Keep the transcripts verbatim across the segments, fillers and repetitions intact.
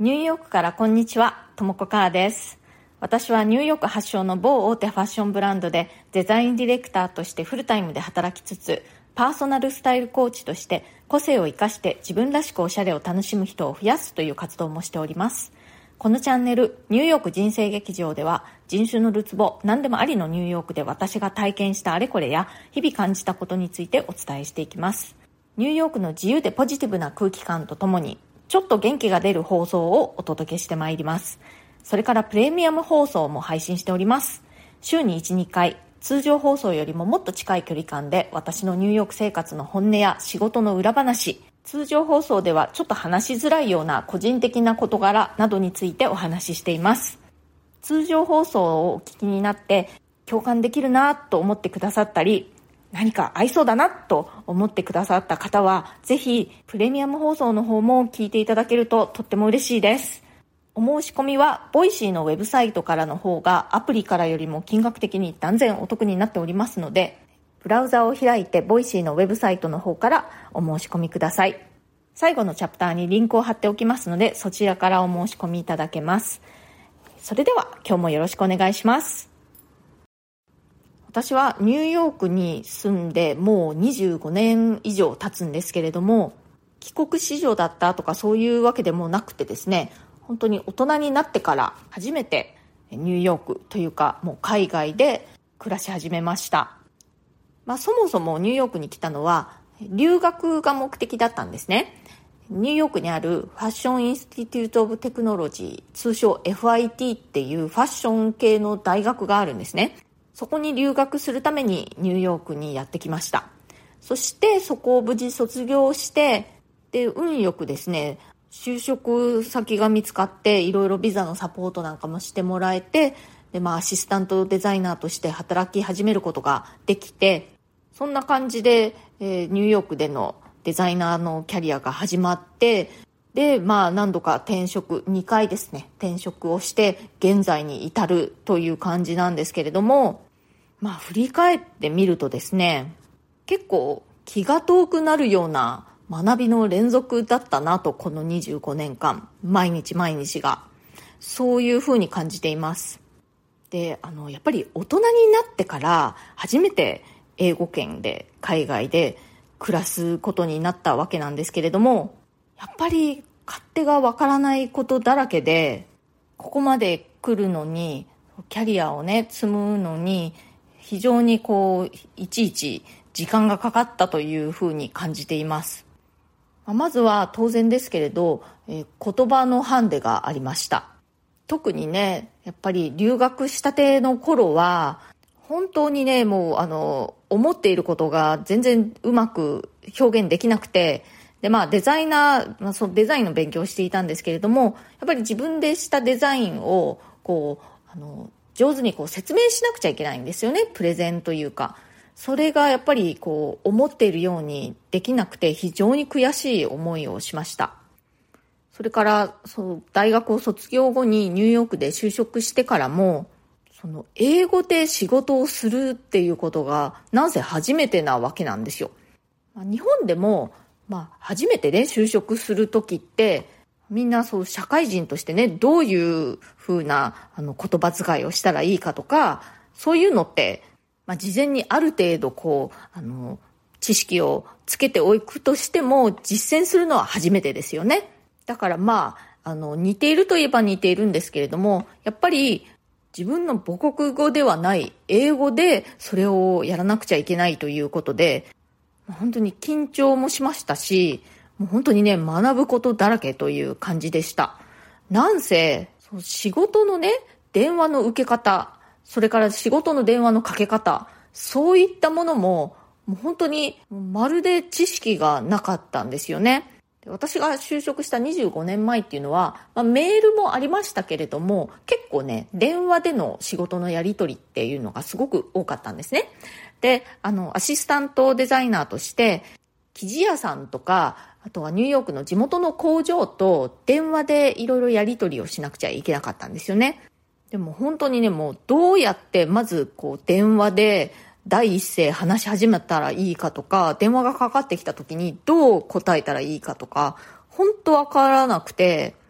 ニューヨークからこんにちは、ともこかーです。私はニューヨーク発祥の某大手ファッションブランドでデザインディレクターとしてフルタイムで働きつつ、パーソナルスタイルコーチとして個性を生かして自分らしくおしゃれを楽しむ人を増やすという活動もしております。このチャンネルニューヨーク人生劇場では、人種のるつぼ何でもありのニューヨークで私が体験したあれこれや日々感じたことについてお伝えしていきます。ニューヨークの自由でポジティブな空気感とともにちょっと元気が出る放送をお届けしてまいります。それからプレミアム放送も配信しております。週にいち、にかい、通常放送よりももっと近い距離感で私のニューヨーク生活の本音や仕事の裏話、通常放送ではちょっと話しづらいような個人的な事柄などについてお話ししています。通常放送をお聞きになって共感できるなと思ってくださったり、何か合いそうだなと思ってくださった方は、ぜひプレミアム放送の方も聞いていただけるととっても嬉しいです。お申し込みはボイシーのウェブサイトからの方がアプリからよりも金額的に断然お得になっておりますので、ブラウザを開いてボイシーのウェブサイトの方からお申し込みください。最後のチャプターにリンクを貼っておきますので、そちらからお申し込みいただけます。それでは今日もよろしくお願いします。私はニューヨークに住んでもうにじゅうごねん以上経つんですけれども、帰国子女だったとかそういうわけでもなくてですね、本当に大人になってから初めてニューヨークというかもう海外で暮らし始めました。まあ、そもそもニューヨークに来たのは留学が目的だったんですね。ニューヨークにあるファッションインスティテュートオブテクノロジー、通称 エフアイティー っていうファッション系の大学があるんですね。そこに留学するためにニューヨークにやってきました。そしてそこを無事卒業して、で運よくですね、就職先が見つかっていろいろビザのサポートなんかもしてもらえて、でまあアシスタントデザイナーとして働き始めることができて、そんな感じで、えー、ニューヨークでのデザイナーのキャリアが始まって、でまあ何度か転職、にかいですね、転職をして現在に至るという感じなんですけれども、まあ振り返ってみるとですね、結構気が遠くなるような学びの連続だったなと、このにじゅうごねんかん毎日毎日がそういう風に感じています。であのやっぱり大人になってから初めて英語圏で海外で暮らすことになったわけなんですけれども、やっぱり勝手がわからないことだらけで、ここまで来るのにキャリアをね積むのに非常にこういちいち時間がかかったというふうに感じています。まずは当然ですけれど、えー、言葉のハンデがありました。特にね、やっぱり留学したての頃は本当にね、もうあの思っていることが全然うまく表現できなくて、でまあデザイナー、まあ、そのデザインの勉強をしていたんですけれども、やっぱり自分でしたデザインをこうあの上手にこう説明しなくちゃいけないんですよね。プレゼンというか、それがやっぱりこう思っているようにできなくて非常に悔しい思いをしました。それからそう大学を卒業後にニューヨークで就職してからも、その英語で仕事をするっていうことがなぜ初めてなわけなんですよ。日本でもまあ初めてね就職する時ってみんなそう社会人としてね、どういう風なあの言葉遣いをしたらいいかとか、そういうのって、まあ、事前にある程度こうあの知識をつけておくとしても実践するのは初めてですよね。だからまああの似ているといえば似ているんですけれども、やっぱり自分の母国語ではない英語でそれをやらなくちゃいけないということで、本当に緊張もしましたし、もう本当にね学ぶことだらけという感じでした。なんせ仕事のね電話の受け方、それから仕事の電話のかけ方、そういったものももう本当にまるで知識がなかったんですよね。私が就職したにじゅうごねんまえっていうのは、まあ、メールもありましたけれども、結構ね電話での仕事のやり取りっていうのがすごく多かったんですね。であのアシスタントデザイナーとして生地屋さんとか、あとはニューヨークの地元の工場と電話でいろいろやり取りをしなくちゃいけなかったんですよね。でも本当にね、もうどうやってまずこう電話で第一声話し始めたらいいかとか、電話がかかってきた時にどう答えたらいいかとか、本当わからなくて、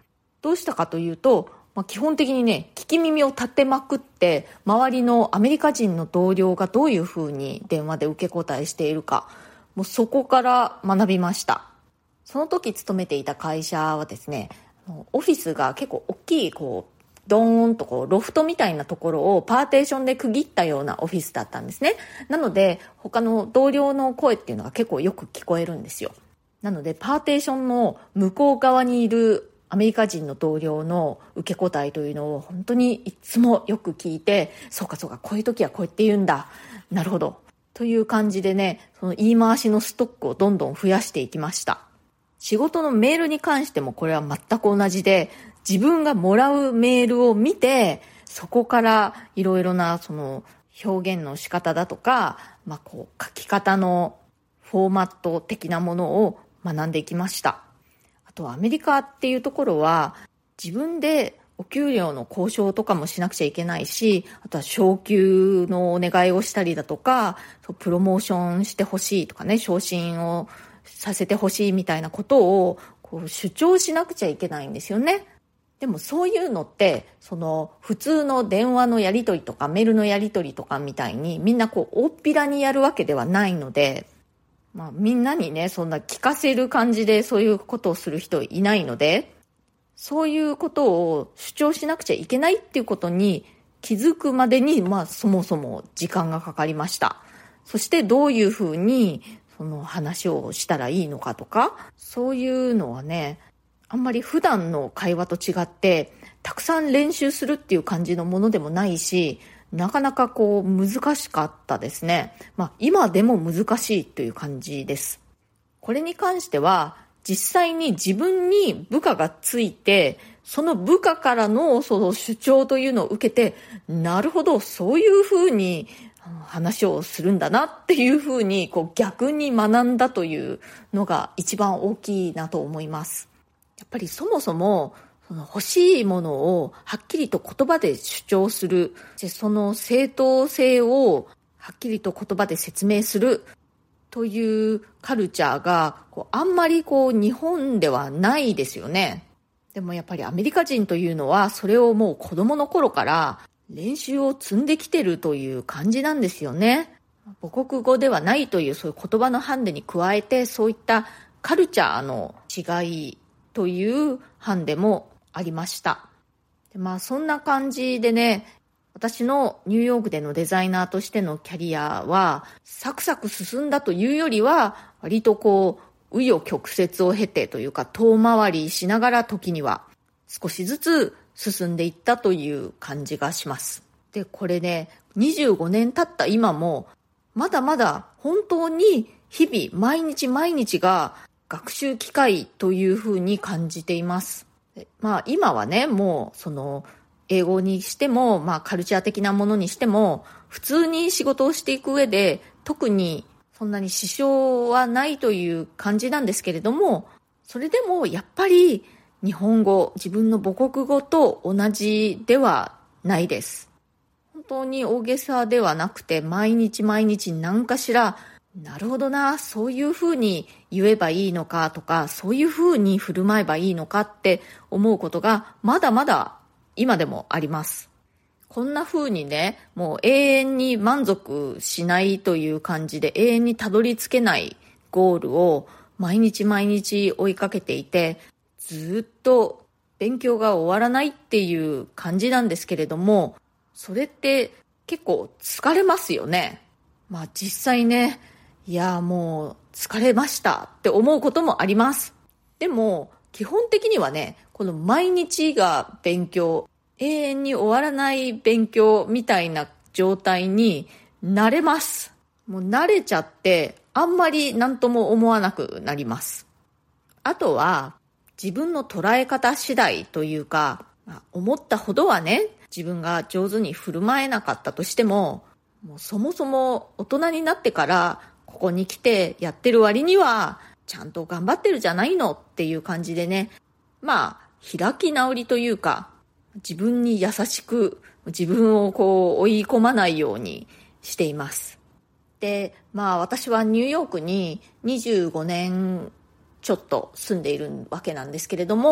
どうしたかというと、まあ、基本的にね、聞き耳を立てまくって、周りのアメリカ人の同僚がどういうふうに電話で受け答えしているか、もうそこから学びました。その時勤めていた会社はですね、オフィスが結構大きい、こう、ドーンとこうロフトみたいなところをパーテーションで区切ったようなオフィスだったんですね。なので他の同僚の声っていうのが結構よく聞こえるんですよ。なのでパーテーションの向こう側にいるアメリカ人の同僚の受け答えというのを本当にいつもよく聞いて、そうかそうか、こういう時はこうやって言うんだ、なるほどという感じでね、その言い回しのストックをどんどん増やしていきました。仕事のメールに関してもこれは全く同じで、自分がもらうメールを見て、そこからいろいろなその表現の仕方だとか、まあ、こう書き方のフォーマット的なものを学んでいきました。あとアメリカっていうところは自分でお給料の交渉とかもしなくちゃいけないし、あとは昇給のお願いをしたりだとか、プロモーションしてほしいとかね、昇進をさせてほしいみたいなことをこう主張しなくちゃいけないんですよね。でもそういうのってその普通の電話のやり取りとかメールのやり取りとかみたいにみんなこう大っぴらにやるわけではないので、まあみんなにねそんな聞かせる感じでそういうことをする人いないので、そういうことを主張しなくちゃいけないっていうことに気づくまでに、まあそもそも時間がかかりました。そしてどういうふうにその話をしたらいいのかとか、そういうのはね、あんまり普段の会話と違ってたくさん練習するっていう感じのものでもないし、なかなかこう難しかったですね。まあ今でも難しいという感じです。これに関しては実際に自分に部下がついて、その部下からのその主張というのを受けて、なるほどそういうふうに話をするんだなっていうふうにこう逆に学んだというのが一番大きいなと思います。やっぱりそもそもその欲しいものをはっきりと言葉で主張する、その正当性をはっきりと言葉で説明するというカルチャーがこうあんまりこう日本ではないですよね。でもやっぱりアメリカ人というのはそれをもう子供の頃から練習を積んできてるという感じなんですよね。母国語ではないというそういう言葉のハンデに加えて、そういったカルチャーの違いというハンデもありました。でまあそんな感じでね、私のニューヨークでのデザイナーとしてのキャリアはサクサク進んだというよりは、割とこう紆余曲折を経てというか遠回りしながら時には少しずつ進んでいったという感じがします。でこれね、にじゅうごねん経った今もまだまだ本当に日々毎日毎日が学習機会というふうに感じています。まあ今はね、もうその英語にしても、まあカルチャー的なものにしても、普通に仕事をしていく上で特にそんなに支障はないという感じなんですけれども、それでもやっぱり日本語、自分の母国語と同じではないです。本当に大げさではなくて、毎日毎日何かしら、なるほどな、そういうふうに言えばいいのかとか、そういうふうに振る舞えばいいのかって思うことがまだまだ今でもあります。こんなふうにね、もう永遠に満足しないという感じで、永遠にたどり着けないゴールを毎日毎日追いかけていて、ずっと勉強が終わらないっていう感じなんですけれども、それって結構疲れますよね。まあ実際ね、いやもう疲れましたって思うこともあります。でも基本的にはね、この毎日が勉強、永遠に終わらない勉強みたいな状態に慣れます。もう慣れちゃってあんまり何とも思わなくなります。あとは自分の捉え方次第というか、まあ、思ったほどはね、自分が上手に振る舞えなかったとしても、もうそもそも大人になってからここに来てやってる割にはちゃんと頑張ってるじゃないのっていう感じでね、まあ開き直りというか、自分に優しく自分をこう追い込まないようにしています。で、まあ私はニューヨークににじゅうごねんちょっと住んでいるわけなんですけれども、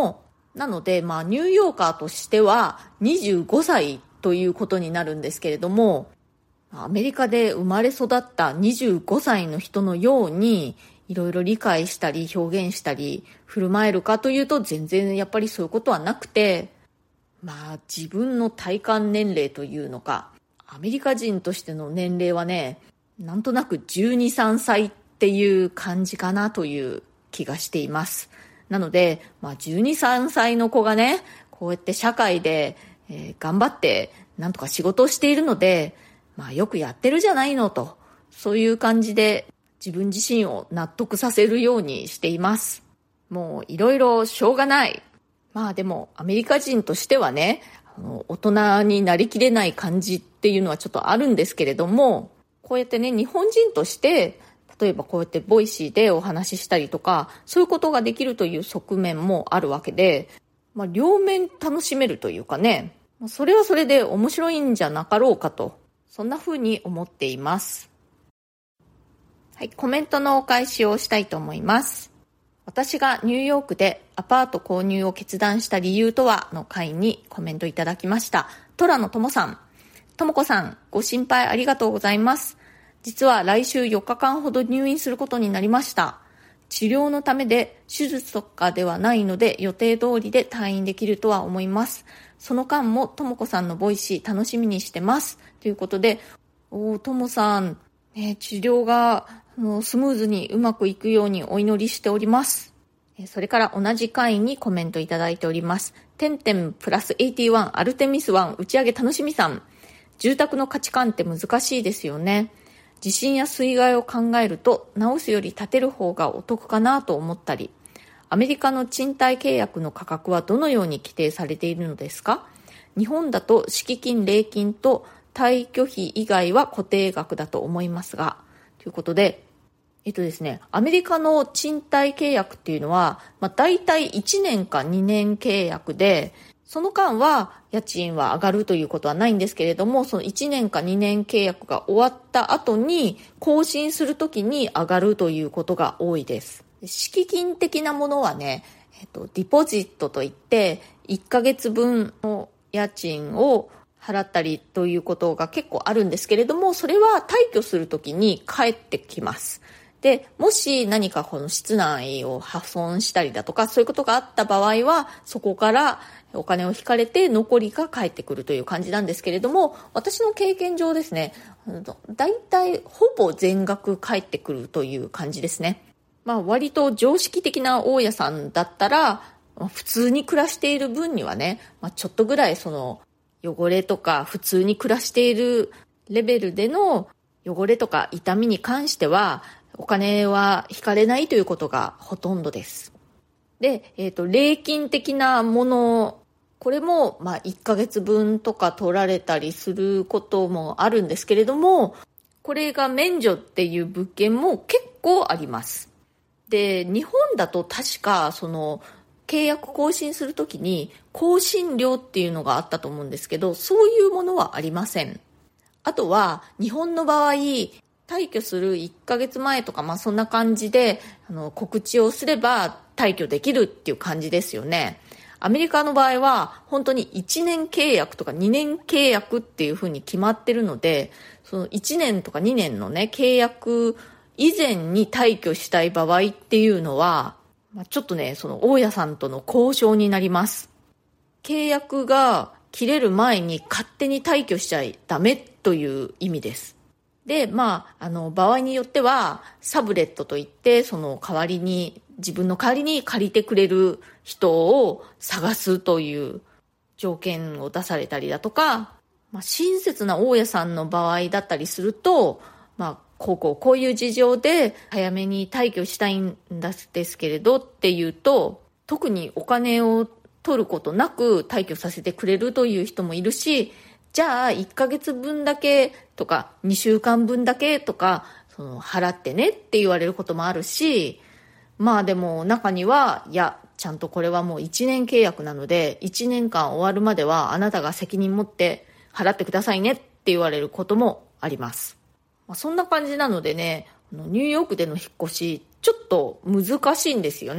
なので、まあ、ニューヨーカーとしてはにじゅうごさいということになるんですけれども、アメリカで生まれ育ったにじゅうごさいの人のようにいろいろ理解したり表現したり振る舞えるかというと、全然やっぱりそういうことはなくて、まあ自分の体感年齢というのか、アメリカ人としての年齢はね、なんとなくじゅうに、さんさいっていう感じかなという気がしています。なので、まあじゅうに、さんさいの子がね、こうやって社会で、えー頑張ってなんとか仕事をしているので、まあよくやってるじゃないのと、そういう感じで自分自身を納得させるようにしています。もういろいろしょうがない。まあでもアメリカ人としてはね、あの大人になりきれない感じっていうのはちょっとあるんですけれども、こうやってね、日本人として例えばこうやってボイシーでお話ししたりとか、そういうことができるという側面もあるわけで、まあ両面楽しめるというかね、それはそれで面白いんじゃなかろうかと、そんな風に思っています。はい、コメントのお返しをしたいと思います。私がニューヨークでアパート購入を決断した理由とはの回にコメントいただきました。トラのともさん。ともこさん、ご心配ありがとうございます。実は来週よっかかんほど入院することになりました。治療のためで手術とかではないので予定通りで退院できるとは思います。その間もともこさんのボイシー楽しみにしてます。ということで、おー、ともさん、ね、治療があのスムーズにうまくいくようにお祈りしております。それから同じ回にコメントいただいております。てんてんプラスはちじゅういちアルテミスいち打ち上げ楽しみさん。住宅の価値観って難しいですよね。地震や水害を考えると直すより建てる方がお得かなと思ったり、アメリカの賃貸契約の価格はどのように規定されているのですか？日本だと敷金、礼金と退去費以外は固定額だと思いますが、ということで、えっとですね、アメリカの賃貸契約っていうのは、まあ、大体いちねんかにねん契約で、その間は家賃は上がるということはないんですけれども、そのいちねんかにねん契約が終わった後に更新するときに上がるということが多いです。敷金的なものはね、えっと、ディポジットといっていっかげつぶんの家賃を払ったりということが結構あるんですけれども、それは退去するときに返ってきます。で、もし何かこの室内を破損したりだとか、そういうことがあった場合は、そこからお金を引かれて残りが返ってくるという感じなんですけれども、私の経験上ですね、だいたいほぼ全額返ってくるという感じですね。まあ割と常識的な大家さんだったら、普通に暮らしている分にはね、まあ、ちょっとぐらいその汚れとか普通に暮らしているレベルでの汚れとか痛みに関しては、お金は引かれないということがほとんどです。で、えっと、礼金的なもの、これも、まあ、いっかげつぶんとか取られたりすることもあるんですけれども、これが免除っていう物件も結構あります。で、日本だと確か、その、契約更新するときに更新料っていうのがあったと思うんですけど、そういうものはありません。あとは、日本の場合、退去するいっかげつまえとか、まあそんな感じであの告知をすれば退去できるっていう感じですよね。アメリカの場合は本当にいちねん契約とかにねん契約っていう風に決まってるので、そのいちねんとかにねんのね、契約以前に退去したい場合っていうのは、まあ、ちょっとね、その大家さんとの交渉になります。契約が切れる前に勝手に退去しちゃダメという意味です。で、まあ、あの、場合によっては、サブレットといって、その代わりに、自分の代わりに借りてくれる人を探すという条件を出されたりだとか、まあ、親切な大家さんの場合だったりすると、まあ、こうこうこういう事情で早めに退去したいんですけれどっていうと、特にお金を取ることなく退去させてくれるという人もいるし、じゃあいっかげつぶんだけとかにしゅうかんぶんだけとかその払ってねって言われることもあるし、まあでも中には、いやちゃんとこれはもういちねん契約なのでいちねんかん終わるまではあなたが責任持って払ってくださいねって言われることもあります。まあ、そんな感じなのでね、ニューヨークでの引っ越しちょっと難しいんですよね。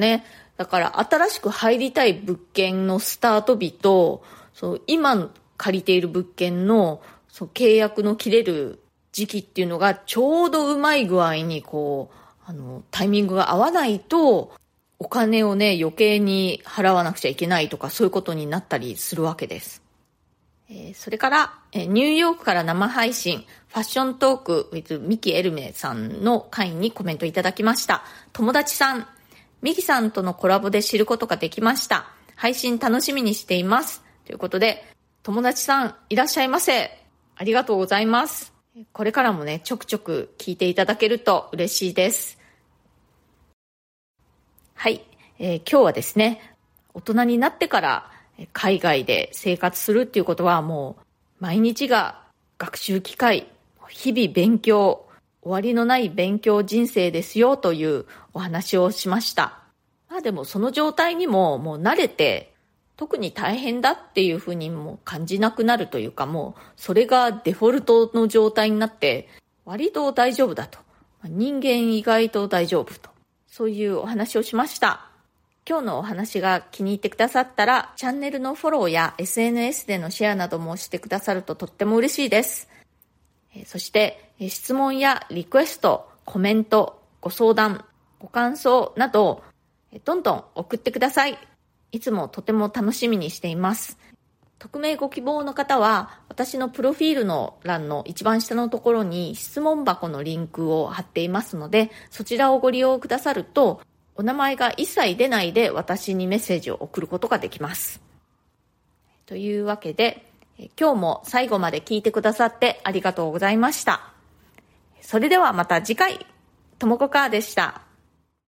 だから新しく入りたい物件のスタート日と、そう今借りている物件のそう契約の切れる時期っていうのがちょうどうまい具合にこう、あの、タイミングが合わないと、お金をね、余計に払わなくちゃいけないとか、そういうことになったりするわけです。えー、それから、えー、ニューヨークから生配信、ファッショントーク with ミキエルメさんの回にコメントいただきました。友達さん、ミキさんとのコラボで知ることができました。配信楽しみにしています。ということで、友達さんいらっしゃいませ。ありがとうございます。これからもね、ちょくちょく聞いていただけると嬉しいです。はい、えー、今日はですね、大人になってから海外で生活するっていうことはもう毎日が学習機会、日々勉強、終わりのない勉強人生ですよというお話をしました。まあでもその状態にももう慣れて、特に大変だっていうふうにも感じなくなるというか、もうそれがデフォルトの状態になって割と大丈夫だと。人間意外と大丈夫と。そういうお話をしました。今日のお話が気に入ってくださったら、チャンネルのフォローや エスエヌエス でのシェアなどもしてくださるととっても嬉しいです。そして質問やリクエスト、コメント、ご相談、ご感想などどんどん送ってください。いつもとても楽しみにしています。匿名ご希望の方は私のプロフィールの欄の一番下のところに質問箱のリンクを貼っていますので、そちらをご利用くださるとお名前が一切出ないで私にメッセージを送ることができます。というわけで今日も最後まで聞いてくださってありがとうございました。それではまた次回、ともこかーでした。